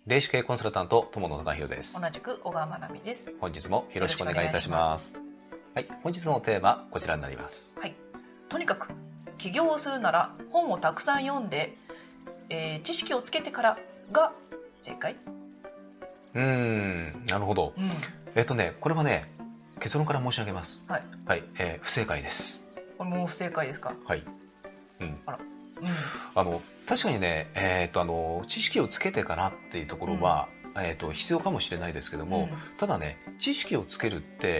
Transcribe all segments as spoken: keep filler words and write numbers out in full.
霊視系コンサルタント友野貴弘です。 同じく小川真奈美です。 本日もよろしくお願いいたします。はい、本日のテーマこちらになります。 はい、とにかく起業をするなら本をたくさん読んで、えー、知識をつけてからが正解。 うーん、なるほど。うん、えっとねこれはね結論から申し上げます。はい、はい、えー、不正解です。 これもう不正解ですか。 はい。うん。 あら。うん、 あの確かにね、えー、とあの知識をつけてからっていうところは、うん、えー、と必要かもしれないですけども、うん、ただね知識をつけるって、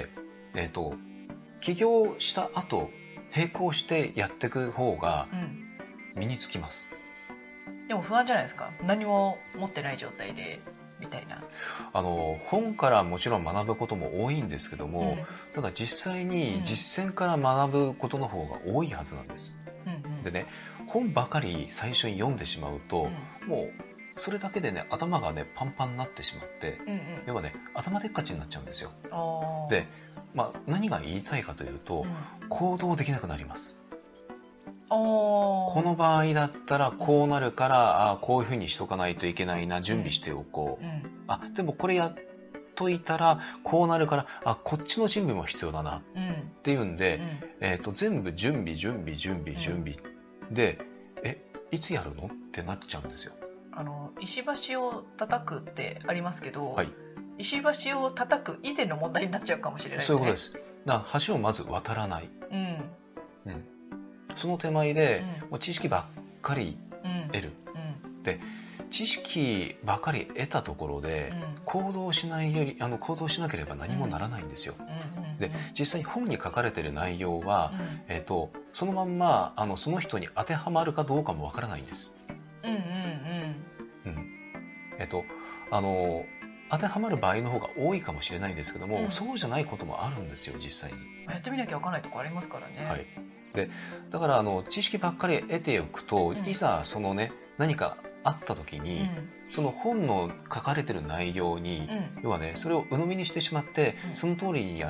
えー、と起業した後並行してやっていく方が身につきます、 うん、でも不安じゃないですか。何も持ってない状態でみたいな。 あの本からもちろん学ぶことも多いんですけども、うん、ただ実際に実践から学ぶことの方が多いはずなんです、うんうん、でね本ばかり最初に読んでしまうと、うん、もうそれだけでね頭がねパンパンになってしまって、うんうん、要はね頭でっかちになっちゃうんですよ。で、まあ、何が言いたいかというと、うん、行動できなくなります。この場合だったらこうなるから、うん、あこういうふうにしとかないといけないな、準備しておこう、うんうん、あでもこれやっといたらこうなるからあこっちの準備も必要だな、うん、っていうんで、うんえー、と全部準備準備準備準備、うん、でえいつやるのってなっちゃうんですよ。 あの石橋を叩くってありますけど、 はい、 石橋を叩く以前の問題になっちゃうかもしれないですね。 そういうことです。だから橋をまず渡らない、うんうん、その手前で、うん、もう知識ばっかり得る、うんうん、で知識ばかり得たところで、うん、行動しないよりあの行動しなければ何もならないんですよ、うんうんうん、で実際に本に書かれている内容は、うんえー、とそのまんまあのその人に当てはまるかどうかもわからないんです。うんうんうんうんえっ、ー、とあの当てはまる場合の方が多いかもしれないんですけども、うん、そうじゃないこともあるんですよ実際に。 やってみなきゃ分からないところありますからね。 はい、でだからあの知識ばっかり得ておくと、うん、いざそのね何かあった時に、うん、その本の書かれてる内容に、うん、要はねそれを鵜呑みにしてしまって、うん、その通りにやって、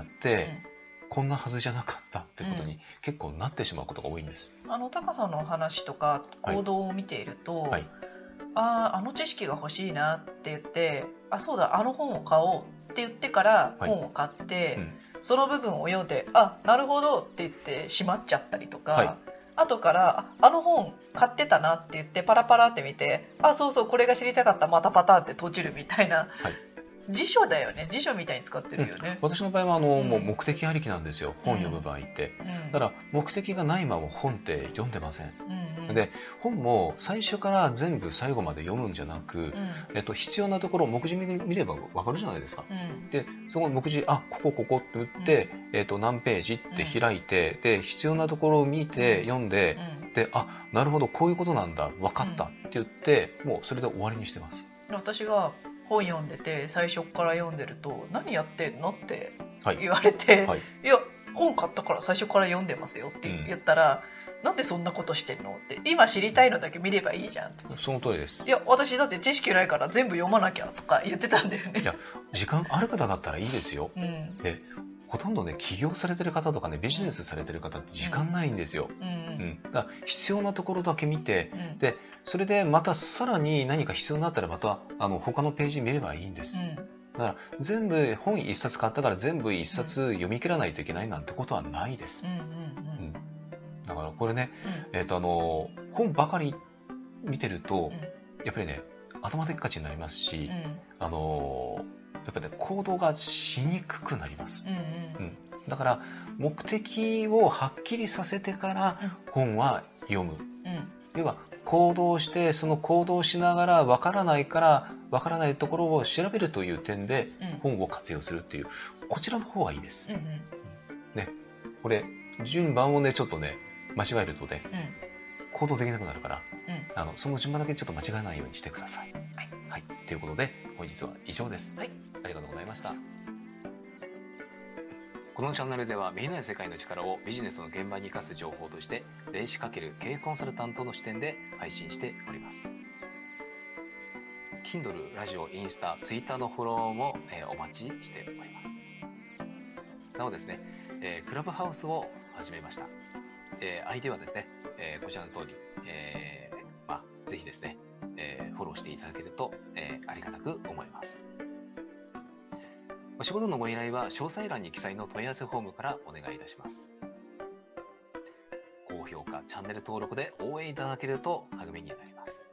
うん、こんなはずじゃなかったってことに結構なってしまうことが多いんです。 あの高さんの話とか行動を見ていると、はいはい、あああの知識が欲しいなって言ってあそうだあの本を買おうって言ってから本を買って、はいうん、その部分を読んであなるほどって言ってしまっちゃったりとか、はい、後からあの本買ってたなって言ってパラパラって見てあそうそうこれが知りたかったまたパターンって閉じるみたいな、はい辞書だよね。辞書みたいに使ってるよね、 うん、私の場合はあの、うん、もう目的ありきなんですよ本読む場合って、うん、だから目的がないまま本って読んでません、うんうん、で本も最初から全部最後まで読むんじゃなく、うんえっと、必要なところ目次見れば分かるじゃないですか、うん、でそこ目次あここここって打って、うんえっと、何ページって開いて、うん、で必要なところを見て読んで、うん、であなるほどこういうことなんだ分かったって言って、うん、もうそれで終わりにしてます。 私が本読んでて最初から読んでると何やってんのって言われて、はいはい、いや本買ったから最初から読んでますよって言ったら、うん、なんでそんなことしてんのって今知りたいのだけ見ればいいじゃんって。 その通りです。 いや私だって知識ないから全部読まなきゃとか言ってたんだよね。 いや時間ある方だったらいいですよ、うん、でほとんどね起業されてる方とかねビジネスされてる方って時間ないんですよ、うんうん、だから必要なところだけ見て、うん、でそれでまたさらに何か必要になったらまたあの他のページ見ればいいんです、うん、だから全部本一冊買ったから全部一冊読み切らないといけないなんてことはないです、うんうんうん、だからこれね、うんえーと、あの本ばかり見てると、うん、やっぱりね頭でっかちになりますし、うん、あのやっぱり、ね、行動がしにくくなります、うんうんうん、だから目的をはっきりさせてから本は読む、うん、要は行動してその行動しながら分からないから分からないところを調べるという点で本を活用するっていう、うん、こちらの方がいいです、うんうんね、これ順番をねちょっとね間違えるとね、うん、行動できなくなるから、うん、あのその順番だけちょっと間違えないようにしてください、はいはい、ということで本日は以上です、はい、ありがとうございました。このチャンネルでは見えない世界の力をビジネスの現場に生かす情報として霊視×経営コンサルタントの視点で配信しております。 Kindle、ラジオ、インスタ、ツイッターのフォローも、えー、お待ちしております。なおですね、えー、クラブハウスを始めました、えー、相手はですね、えー、こちらの通り、えーまあ、ぜひですね、えー、フォローしていただけると、ええー、ありがたく思います。お仕事のご依頼は詳細欄に記載の問い合わせフォームからお願いいたします。高評価、チャンネル登録で応援いただけると励みになります。